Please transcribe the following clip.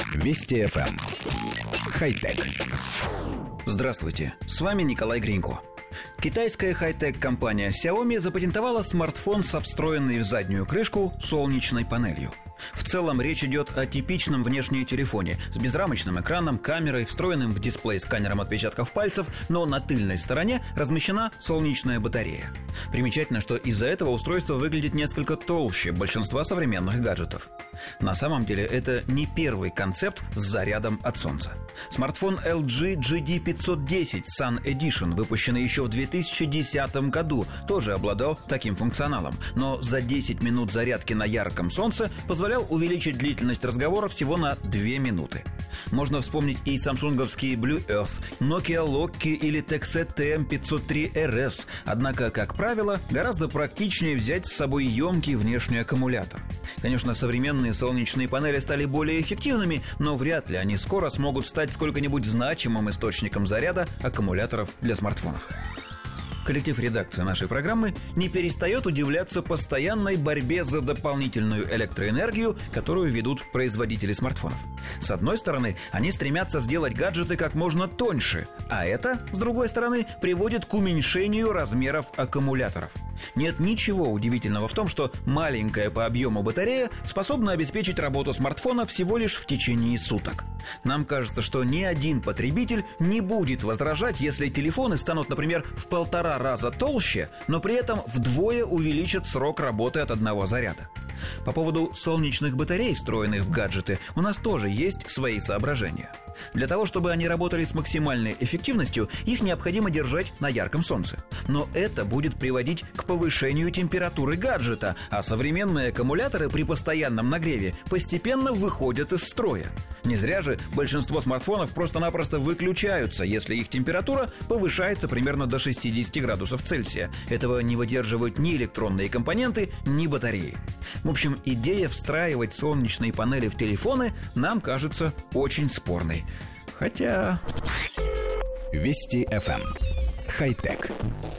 Вести ФМ. Хай-тек. Здравствуйте, с вами Николай Гринько. Китайская хай-тек-компания Xiaomi запатентовала смартфон со встроенной в заднюю крышку солнечной панелью. В целом речь идет о типичном внешнем телефоне с безрамочным экраном, камерой, встроенным в дисплей сканером отпечатков пальцев, но на тыльной стороне размещена солнечная батарея. Примечательно, что из-за этого устройство выглядит несколько толще большинства современных гаджетов. На самом деле это не первый концепт с зарядом от солнца. Смартфон LG GD510 Sun Edition, выпущенный еще в 2010 году, тоже обладал таким функционалом, но за 10 минут зарядки на ярком солнце позволял увеличить длительность разговора всего на 2 минуты. Можно вспомнить и самсунговские Blue Earth, Nokia Loki или Texet TM503RS, однако, как правило, гораздо практичнее взять с собой емкий внешний аккумулятор. Конечно, современные солнечные панели стали более эффективными, но вряд ли они скоро смогут стать сколько-нибудь значимым источником заряда аккумуляторов для смартфонов. Коллектив редакции нашей программы не перестает удивляться постоянной борьбе за дополнительную электроэнергию, которую ведут производители смартфонов. С одной стороны, они стремятся сделать гаджеты как можно тоньше, а это, с другой стороны, приводит к уменьшению размеров аккумуляторов. Нет ничего удивительного в том, что маленькая по объему батарея способна обеспечить работу смартфона всего лишь в течение суток. Нам кажется, что ни один потребитель не будет возражать, если телефоны станут, например, в 1,5 раза толще, но при этом вдвое увеличат срок работы от одного заряда. По поводу солнечных батарей, встроенных в гаджеты, у нас тоже есть свои соображения. Для того, чтобы они работали с максимальной эффективностью, их необходимо держать на ярком солнце. Но это будет приводить к повышению температуры гаджета, а современные аккумуляторы при постоянном нагреве постепенно выходят из строя. Не зря же большинство смартфонов просто-напросто выключаются, если их температура повышается примерно до 60 градусов Цельсия. Этого не выдерживают ни электронные компоненты, ни батареи. В общем, идея встраивать солнечные панели в телефоны нам кажется очень спорной. Хотя... Вести ФМ. Хай-тек.